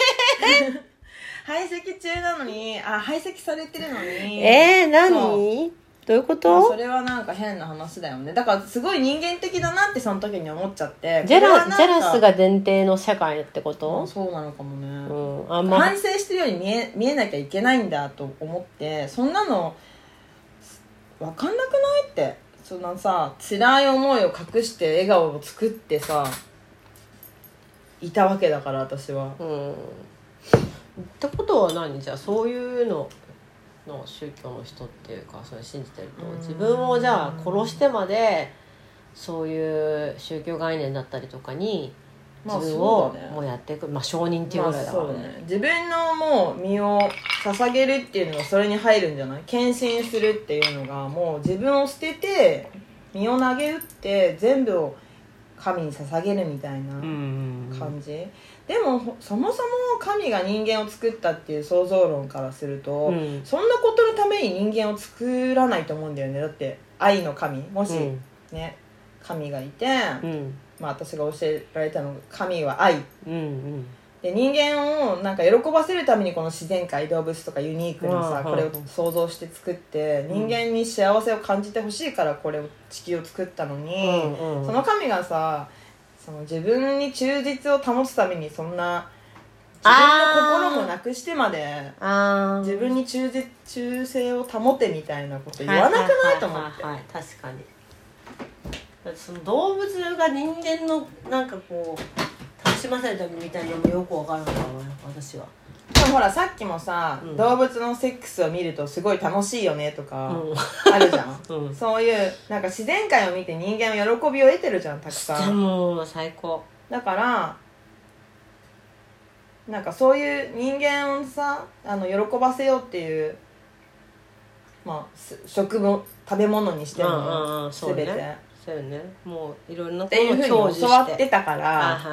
排斥中なのに、あ、排斥されてるのに、 えー、何どういうこと、 まあ、それはなんか変な話だよね。だからすごい人間的だなってその時に思っちゃって、 ジェラ、ジェラスが前提の社会ってこと、 まあ、そうなのかもね、 うん、あんま反省してるように見え、見えなきゃいけないんだと思って、そんなの分かんなくないって、そんなさ辛い思いを隠して笑顔を作ってさいたわけだから私は、うん、 ってことは何、じゃあそういうのの宗教の人っていうかそれ信じてると、自分をじゃあ殺してまでそういう宗教概念だったりとかに自分をもうやっていく、まあ承認っていうぐらいだからね、まあ、そうね、 自分のもう身を捧げるっていうのがそれに入るんじゃない。献身するっていうのがもう自分を捨てて身を投げ打って全部を神に捧げるみたいな感じ、うんうんうん、でもそもそも神が人間を作ったっていう創造論からすると、うん、そんなことのために人間を作らないと思うんだよね。だって愛の神もし、うん、ね神がいて、うんまあ、私が教えられたのが神は愛、うんうんで人間をなんか喜ばせるためにこの自然界動物とかユニークなさ、これを想像して作って人間に幸せを感じてほしいからこれを地球を作ったのに、うんうん、その神がさその自分に忠実を保つためにそんな自分の心もなくしてまで自分に忠実忠誠を保てみたいなこと言わなくないと思って。 はいはいはいはい、確かに。だってその動物が人間のなんかこう楽しませるためみたいなのもよくわからないからね、私は。 でもほらさっきもさ、うん、動物のセックスを見るとすごい楽しいよねとかあるじゃん、うん、そういうなんか自然界を見て人間は喜びを得てるじゃん、たくさん。 もう最高だからなんかそういう人間をさあの喜ばせようっていう、まあ食も食べ物にしても全て、うんうんうんそうよね、もういろんなことを享受して教わってたから、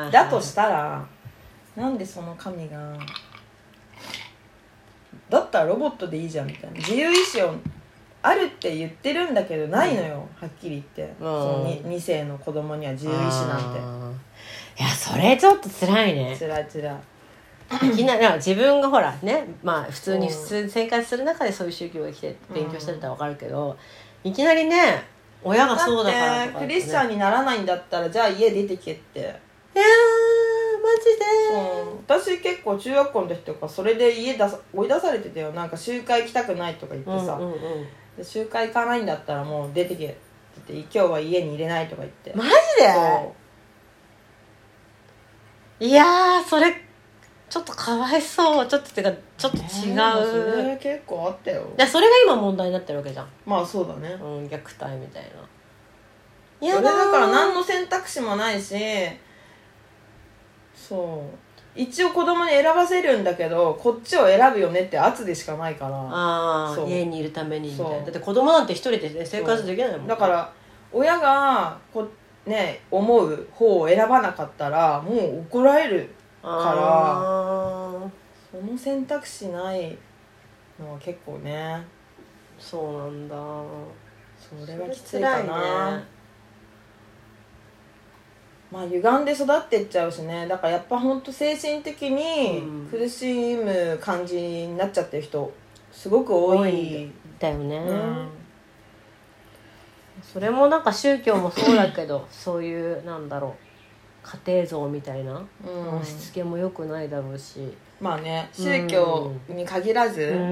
だとしたらなんでその神がだったらロボットでいいじゃんみたいな、自由意志をあるって言ってるんだけどないのよ、うん、はっきり言って、うん、その 2, に世の子供には自由意志なんて。 いやそれちょっと辛いね。 辛い辛い。いきなり自分がほらね、まあ普通に普通に生活する中でそういう宗教が来て勉強してたら分かるけど、うん、いきなりね親がそうだからとか、 ね、クリスチャンにならないんだったらじゃあ家出てけって。いやーマジで。そう私結構中学校の時とかそれで家出さ追い出されてたよ。なんか集会行きたくないとか言ってさ、うんうんうん、で集会行かないんだったらもう出てけって言って今日は家に入れないとか言って。 マジで。いやーそれちょっとかわいそう。ちょっとてかちょっと違う、えー、それ結構あったよ。 でそれが今問題になってるわけじゃん。 まあそうだね、 うん、虐待みたいな。 いやそれだから何の選択肢もないし、そう一応子供に選ばせるんだけどこっちを選ぶよねって圧でしかないから。 ああ家にいるためにみたいな。だって子供なんて一人で、ね、生活できないもん。 だから親がこね思う方を選ばなかったらもう怒られるからその選択肢ないのは結構ね。 そうなんだ。 それはきついかな。まあ歪んで育ってっちゃうしね。だからやっぱほんと精神的に苦しむ感じになっちゃってる人すごく多いだよね、うん、それもなんか宗教もそうだけどそういうなんだろう家庭像みたいな押し付けも良くないだろうし、 まあね宗教に限らず、 うん、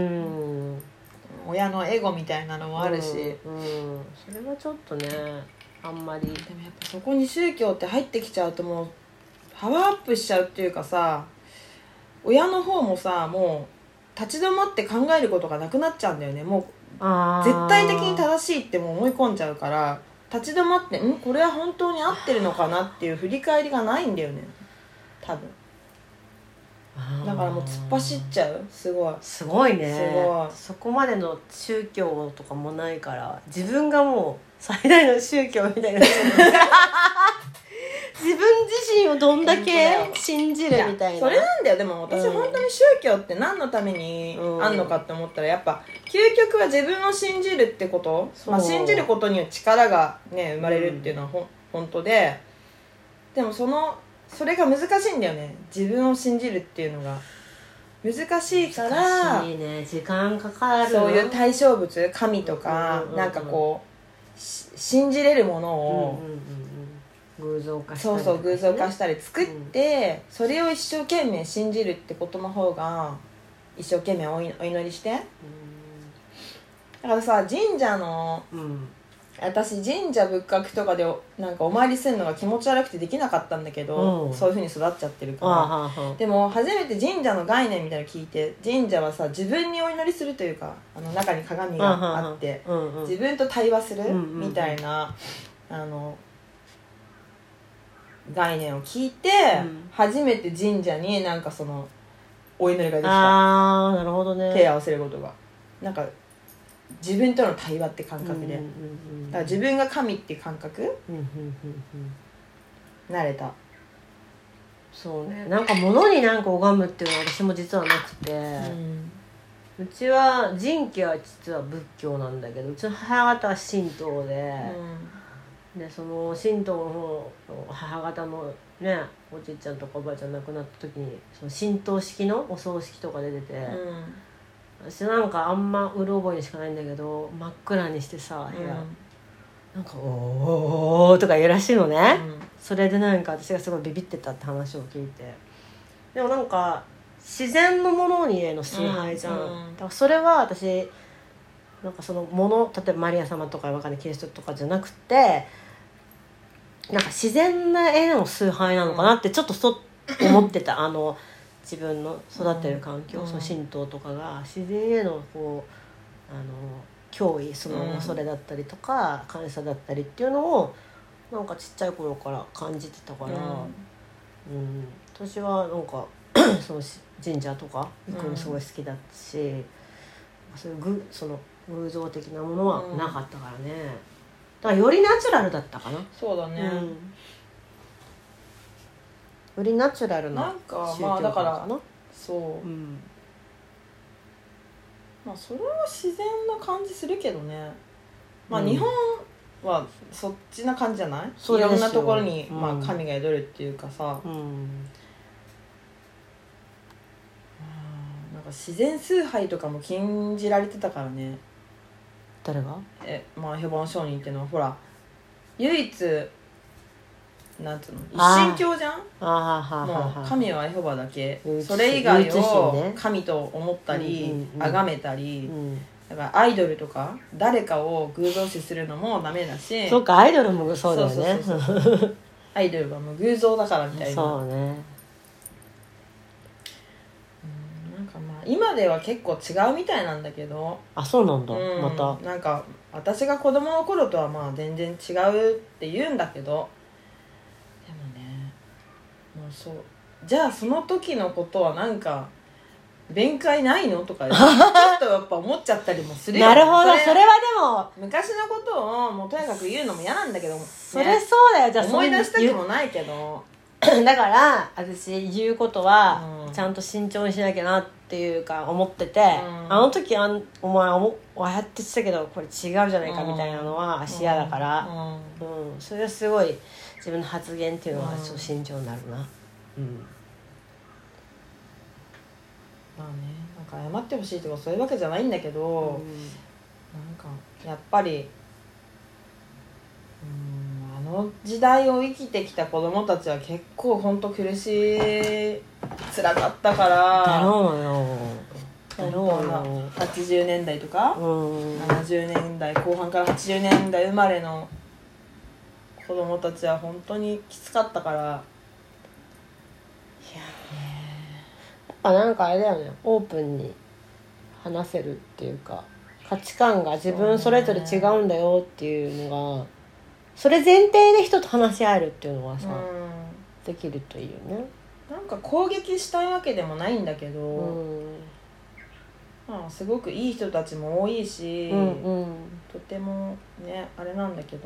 親のエゴみたいなのもあるし、 うんうん、それはちょっとねあんまり。でもやっぱそこに宗教って入ってきちゃうともうパワーアップしちゃうっていうかさ親の方もさもう立ち止まって考えることがなくなっちゃうんだよね。もう絶対的に正しいってもう思い込んじゃうから立ち止まってんこれは本当に合ってるのかなっていう振り返りがないんだよね多分。だからもう突っ走っちゃう。すごいすごいね。 すごいそこまでの宗教とかもないから自分がもう最大の宗教みたいな自分自身をどんだけ信じるみたいな。 それなんだよ。でも私本当に宗教って何のためにあんのかって思ったらやっぱ究極は自分を信じるってこと、まあ、信じることには力がね生まれるっていうのはほ、うん、本当ででもそのそれが難しいんだよね。自分を信じるっていうのが難しいから難しいね。時間かかる。 そういう対象物神とか、うんうんうん、なんかこう信じれるものを、 うんうんうん偶像化したり、ね、そうそう偶像化したり作って、うん、それを一生懸命信じるってことの方が一生懸命お祈りして、うん、だからさ神社の、うん、私神社仏閣とかでなんかお参りするのが気持ち悪くてできなかったんだけど、うん、そういう風に育っちゃってるからでも初めて神社の概念みたいなの聞いて神社はさ自分にお祈りするというかあの中に鏡があって、うんうん、自分と対話するみたいな、うんうん、あの概念を聞いて、うん、初めて神社になんかそのお祈りができた。 あーなるほどね。 手を合わせることがなんか自分との対話って感覚で、うんうんうん、だから自分が神っていう感覚、うんうんうんうん、慣れた。 そうね。なんか物になんか拝むっていうのは私も実はなくて、うん、うちは神家は実は仏教なんだけどうちの母方は神道で、うんでその神道の方の母方のねおじいちゃんとかおばあちゃん亡くなった時にその神道式のお葬式とかで出てて、うん、私なんかあんまうる覚えにしかないんだけど真っ暗にしてさ部屋、うん、なんかおーとか言うらしいのね、うん、それでなんか私がすごいビビってたって話を聞いてでもなんか自然のものにへの崇拝じゃん、うん、だからそれは私なんかそのもの例えばマリア様とかわかんないキリストとかじゃなくてなんか自然な絵の崇拝なのかなってちょっとそ思ってたあの自分の育ってる環境、うん、その神道とかが自然へのこうあの脅威その恐れだったりとか、うん、感謝だったりっていうのをなんかちっちゃい頃から感じてたから、うんうん、私はなんかその神社とか行くのすごい好きだったし、うん、そういうぐその偶像的なものはなかったからね、うん、だからよりナチュラルだったかな。 そうだね、うん、 よりナチュラルななんかまあだからそう、うん、 まあそれは自然な感じするけどね。まあ日本はそっちな感じじゃない？いろんなところに、うん、まあ、神が宿るっていうかさ、うん、なんか自然崇拝とかも禁じられてたからね。 誰が？ え、まあエホバの証人っていうのはほら唯一なんつうの一神教じゃん。あもう神はエホバだけ、それ以外を神と思ったり崇めたり、うん、だからアイドルとか誰かを偶像視するのもダメだし。 そうか、アイドルもそうだよね。 そうそうそうそうアイドルはもう偶像だからみたいな。 そうね。 うん、なんかまあ今では結構違うみたいなんだけど。 あ、そうなんだ、 うん、 またなんか私が子供の頃とはまあ全然違うって言うんだけど、でもね、もうそうじゃあその時のことはなんか弁解ないのとかちょっとやっぱ思っちゃったりもするよね。 なるほど、それ、それはでも昔のことをもうとにかく言うのも嫌なんだけど、ね、 それそうだよ。じゃあ思い出したくもないけどだから私言うことはちゃんと慎重にしなきゃなっていうか思ってて、うん、あの時あんお前ああやって言ってたけどこれ違うじゃないかみたいなのは嫌だから、うんうんうん、それはすごい自分の発言っていうのはちょっと慎重になるな、うん、 まあね、なんか謝ってほしいとかそういうわけじゃないんだけど、うん、なんかやっぱりうんあの時代を生きてきた子供たちは結構ほんと苦しい辛かったからだろうよだろうよはちじゅうねんだいとか、うん、ななじゅうねんだいこう半からはちじゅうねんだい生まれの子供たちは本当にきつかったから。いややっぱなんかあれだよね、オープンに話せるっていうか価値観が自分それぞれ違うんだよっていうのがそれ前提で人と話し合えるっていうのはさ、うん、できるといいよね。 なんか攻撃したいわけでもないんだけど、うんまあ、すごくいい人たちも多いし、うんうん、とてもねあれなんだけど、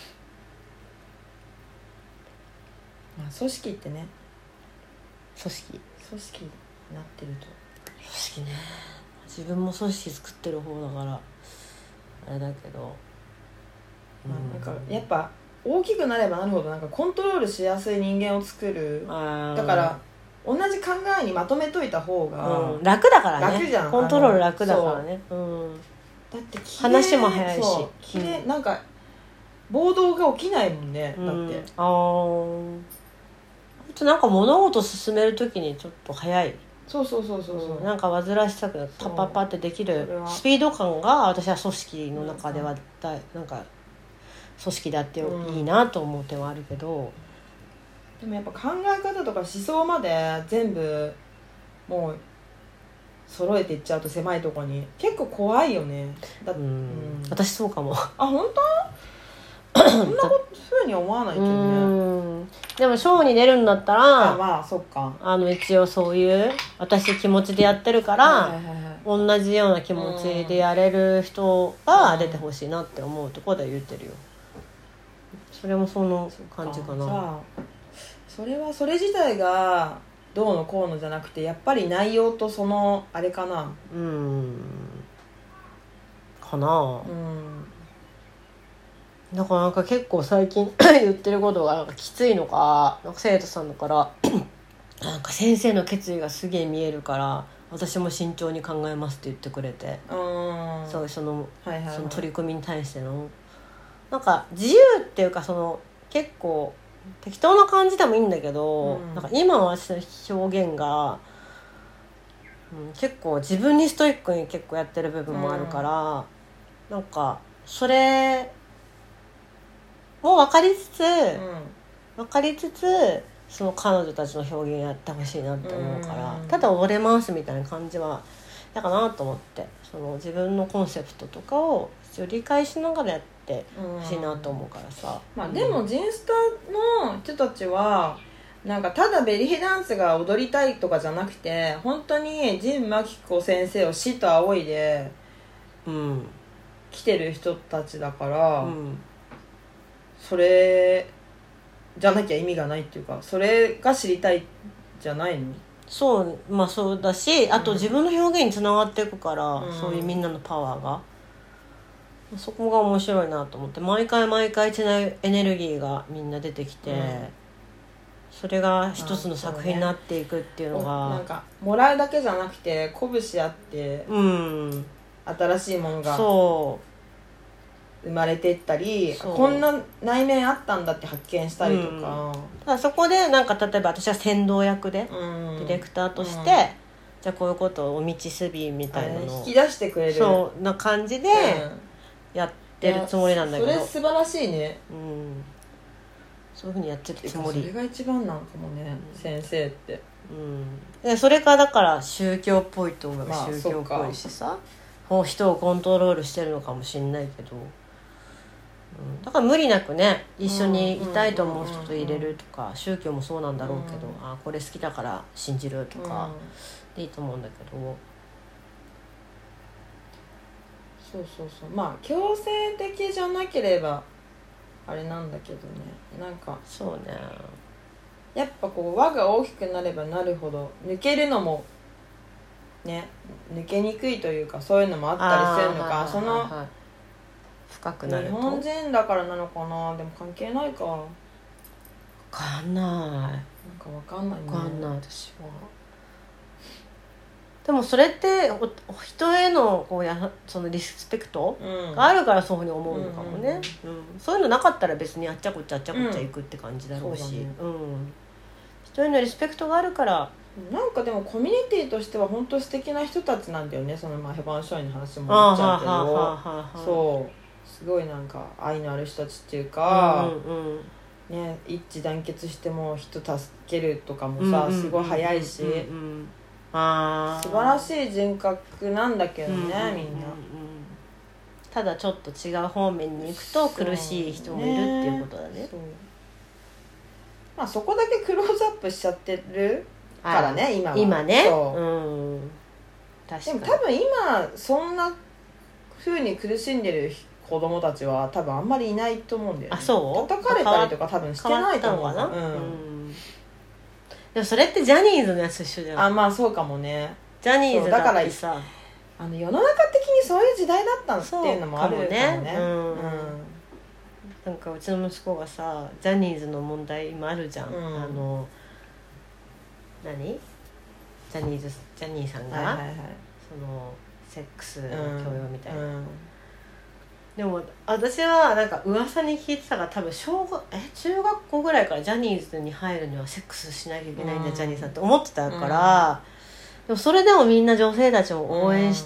まあ、組織ってね組織組織になってると組織ね自分も組織作ってる方だからあれだけど、 まあ、なんかやっぱ大きくなればなるほどなんかコントロールしやすい人間を作る。だから同じ考えにまとめといた方が、 うん、楽だからね。 楽じゃん。 コントロール楽だからね。うん、 だって話も早いしきれい、うん、なんか暴動が起きないもんね、うん、だって。ああとなんか物事進めるときにちょっと早い。 そうそうそうそうそう、 うん、なんか煩わしさくパッパッパってできるスピード感が私は組織の中ではだなんか組織だっていいなと思う点はあるけど、 でもやっぱ考え方とか思想まで全部もう揃えていっちゃうと狭いとこに結構怖いよね。だ、うんうん、 私そうかも。 あ、本当？そんなふうに思わないけどね。うんでもショーに出るんだったらあ、まあそっか、 あの一応そういう私気持ちでやってるから、はいはいはい、同じような気持ちでやれる人が出てほしいなって思うところで言ってるよ。それもその感じかな。 じゃあそれはそれ自体がどうのこうのじゃなくてやっぱり内容とそのあれかな。うんかな。うんだからなんか結構最近言ってることがなんかきついのか、なんか生徒さんだからなんか先生の決意がすげえ見えるから私も慎重に考えますって言ってくれて、うんそうその、はいはいはい、その取り組みに対してのなんか自由っていうかその結構適当な感じでもいいんだけど、うん、なんか今の私の表現が、うん、結構自分にストイックに結構やってる部分もあるから、うん、なんかそれもう分かりつつ、うん、分かりつつその彼女たちの表現やってほしいなって思うから、うん、ただ踊れますみたいな感じはだかなと思って、その自分のコンセプトとかを理解しながらやってほしいなと思うからさ、 うんまあ、でもジンスタの人たちはなんかただベリーダンスが踊りたいとかじゃなくて本当に陣真紀子先生を師と仰いで来てる人たちだから、うんそれじゃなきゃ意味がないっていうかそれが知りたいじゃないの。 そうまあそうだし、あと自分の表現につながっていくから、うん、そういうみんなのパワーが、そこが面白いなと思って、毎回毎回違うエネルギーがみんな出てきて、うん、それが一つの作品になっていくっていうのが、 ね、なんかもらうだけじゃなくて鼓舞し合って、うん、新しいものが生まれていったり、こんな内面あったんだって発見したりとか、 うん、だそこでなんか例えば私は先導役で、うん、ディレクターとして、うん、じゃあこういうことを道すびみたいなのを引き出してくれるそうな感じでやってるつもりなんだけど、 それ素晴らしいね、 うん、そういうふうにやってるつもり。 それが一番なんかもね、うん、先生って、 うん、でそれからだから宗教っぽいと思えば宗教っぽいしさ、まあ、人をコントロールしてるのかもしれないけど、だから無理なくね一緒にいたいと思う人と入れるとか、宗教もそうなんだろうけど、あこれ好きだから信じるとかでいいと思うんだけど、 そうそうそう、まあ強制的じゃなければあれなんだけどね、なんかそうね、 やっぱこう輪が大きくなればなるほど抜けるのもね抜けにくいというか、そういうのもあったりするのか、その深くなると日本人だからなのかな、でも関係ないか、分かんない、なんか分かんないね、 分かんない私は。でもそれって人へのこうやそのリスペクトがあるからそういうふうに思うのかもね、うんうんうん、そういうのなかったら別にあっちゃこっちゃあっちゃこっちゃ行くって感じだろうし、うん、そうだね、うん、人へのリスペクトがあるから。 なんかでもコミュニティとしては本当素敵な人たちなんだよね、そのまあヘバンショイの話も言っちゃうけど、そうすごいなんか愛のある人たちっていうか、うんうんうんね、一致団結しても人助けるとかもさ、うんうん、すごい早いし、うんうん、あ素晴らしい人格なんだけどね、うんうんうんうん、みんなただちょっと違う方面に行くと苦しい人もいるっていうことだね。 そう、まあ、そこだけクローズアップしちゃってるからね今は。 今ね、そう、うん、 確かに。でも多分今そんな風に苦しんでる子供たちは多分あんまりいないと思うんだよね。 あ、そう叩かれたりとか多分してないと思うな、うんうん、 でもそれってジャニーズのやつと一緒じゃん。 あ、まあそうかもね。 ジャニーズだってさ、 あの世の中的にそういう時代だったのっていうのもあるかもね、うん、 なんかうちの息子がさジャニーズの問題今あるじゃん、うん、あの何ジャニーズジャニーさんが、はいはいはい、そのセックスの強要みたいな、うんうん、でも私はなんか噂に聞いてたから多分小学え中学校ぐらいからジャニーズに入るにはセックスしなきゃいけないんだ、うん、ジャニーさんって思ってたから、うん、でもそれでもみんな女性たちも応援して、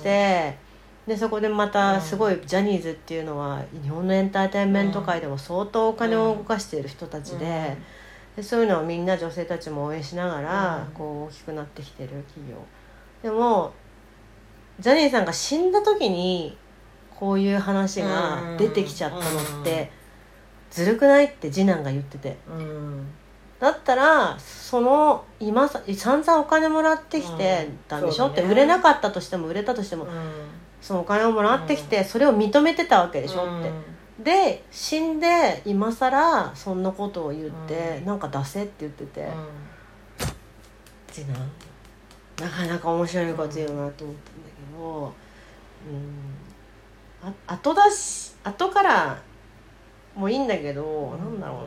うん、でそこでまたすごいジャニーズっていうのは日本のエンターテインメント界でも相当お金を動かしている人たちで、うんでそういうのをみんな女性たちも応援しながら、うん、こう大きくなってきてる企業でもジャニーさんが死んだ時にこういう話が出てきちゃったのってずるくないって次男が言ってて、うん、だったらその今さ散々お金もらってきてたんでしょ、うん、って売れなかったとしても売れたとしても、うん、そのお金をもらってきてそれを認めてたわけでしょって、で死んで今更そんなことを言って、うん、なんか出せって言ってて、うん、次男なかなか面白いこと言うなと思ったんだけど、うん、あ後出し後からもういいんだけど、うん、なんだろうな、うん、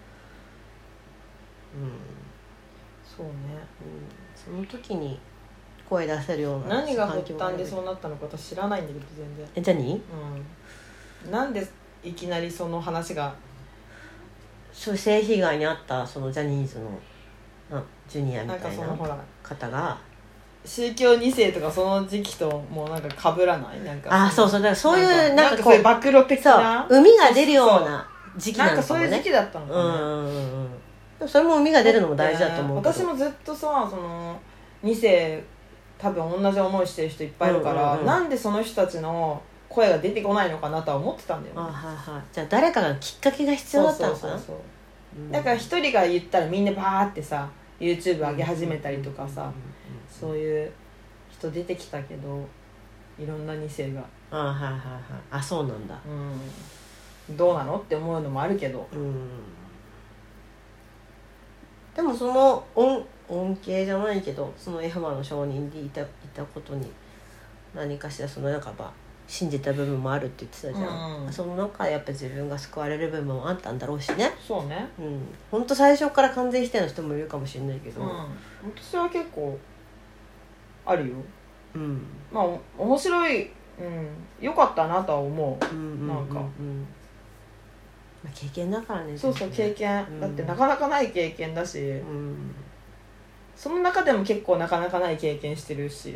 そうね、 うん、その時に声出せるような何が発端でそうなったのか私知らないんだけど全然。 え、ジャニー、うん、なんでいきなりその話がそう性被害に遭ったそのジャニーズのジュニアみたいな方が宗教に世とかその時期ともうなんか被らないなんかあそうそうだからそういうなんかこう暴露的な海が出るような時期なのかもね。 なんかそういう時期だったのかね。 うんうんうん、それも海が出るのも大事だと思うけど、 私もずっとさそのに世多分同じ思いしてる人いっぱいいるから、うんうんうん、なんでその人たちの声が出てこないのかなとは思ってたんだよね。あははじゃあ誰かがきっかけが必要だったのかな。そうそうそうそう、 うん、だから一人が言ったらみんなバーってさ YouTube 上げ始めたりとかさ、うんうんうんうん、そういう人出てきたけどいろんなに世があはいはいはいあそうなんだ、 うん、どうなのって思うのもあるけど、うん、 でもその恩恩恵じゃないけどそのエホバの証人でいたいたことに何かしらそのなんかば信じた部分もあるって言ってたじゃん、うん、その中でやっぱ自分が救われる部分もあったんだろうしね。 そうね、 うん、ほんと最初から完全否定の人もいるかもしれないけど、うん、 私は結構あるよ、 うん、 まあ面白い、うん、よかったなとは思う、うんうんうんうん、なんか、 まあ、経験だからね。 そうそう経験、うん、だってなかなかない経験だし、うん、その中でも結構なかなかない経験してるし、うん、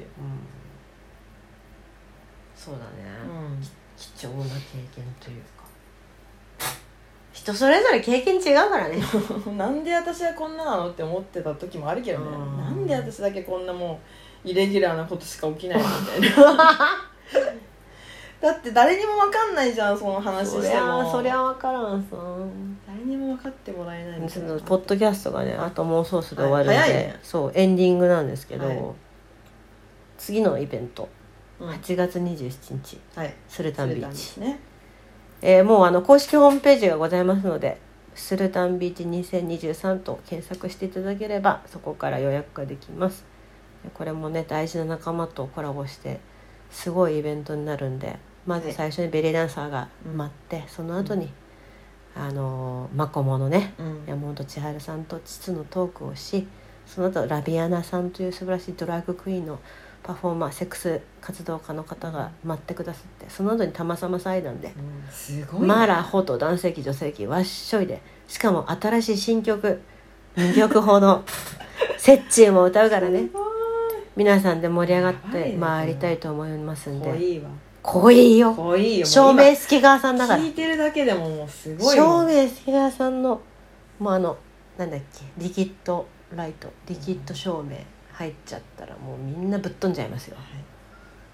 そうだね、うん、貴重な経験というか人それぞれ経験違うからねなんで私はこんななのって思ってた時もあるけどね、なんで私だけこんなもうイレギュラーなことしか起きないのみたいなだって誰にも分かんないじゃんその話しても。 そりゃ分からんさ、 誰にも分かってもらえないみたいな。 ポッドキャストがねあともうソースで終わるので、 はいね、 そうエンディングなんですけど、はい、次のイベント、うん、はちがつにじゅうしちにち、はい、スルタンビーチ、ねえー、もうあの公式ホームページがございますのでスルタンビーチにせんにじゅうさんと検索していただければそこから予約ができます。これもね大事な仲間とコラボしてすごいイベントになるんで、まず最初にベリーダンサーが待って、はい、その後に、うん、あのマコモのね、うん、山本千春さんと膣のトークをし、その後ラビアナさんという素晴らしいドラッグクイーンのパフォーマーセックス活動家の方が待ってくださって、その後にたまさま祭壇で、うん、 すごいね、 マラホと男性器女性器ワッショイで、しかも新しい新曲にきょくほどセッチーも歌うからね、皆さんで盛り上がって回りたいと思いますんで。 濃いわ、 濃いよ、 濃いよ、 照明好き側さんだから聞いてるだけでももうすごい照明好き側さんのもうあのなんだっけリキッドライトリキッド照明入っちゃったらもうみんなぶっ飛んじゃいますよ、はい、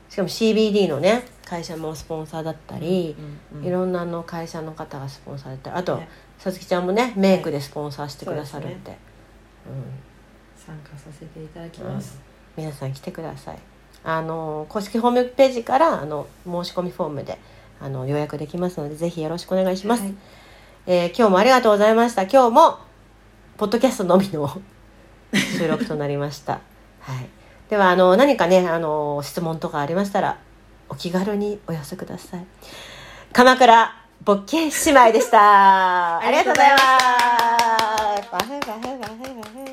しかも シービーディー のね会社もスポンサーだったり、うんうんうん、いろんなあの会社の方がスポンサーだったり、あと、ね、さつきちゃんもねメイクでスポンサーしてくださるんで、はい、 うん、参加させていただきます、 うん、皆さん来てください。あの公式ホームページからあの申し込みフォームであの予約できますのでぜひよろしくお願いします、はい、えー、今日もありがとうございました。今日もポッドキャストのみの収録となりましたはい、ではあの何かねあの質問とかありましたらお気軽にお寄せください。鎌倉ボッケ姉妹でしたありがとうございます。バイバイバイバイバイ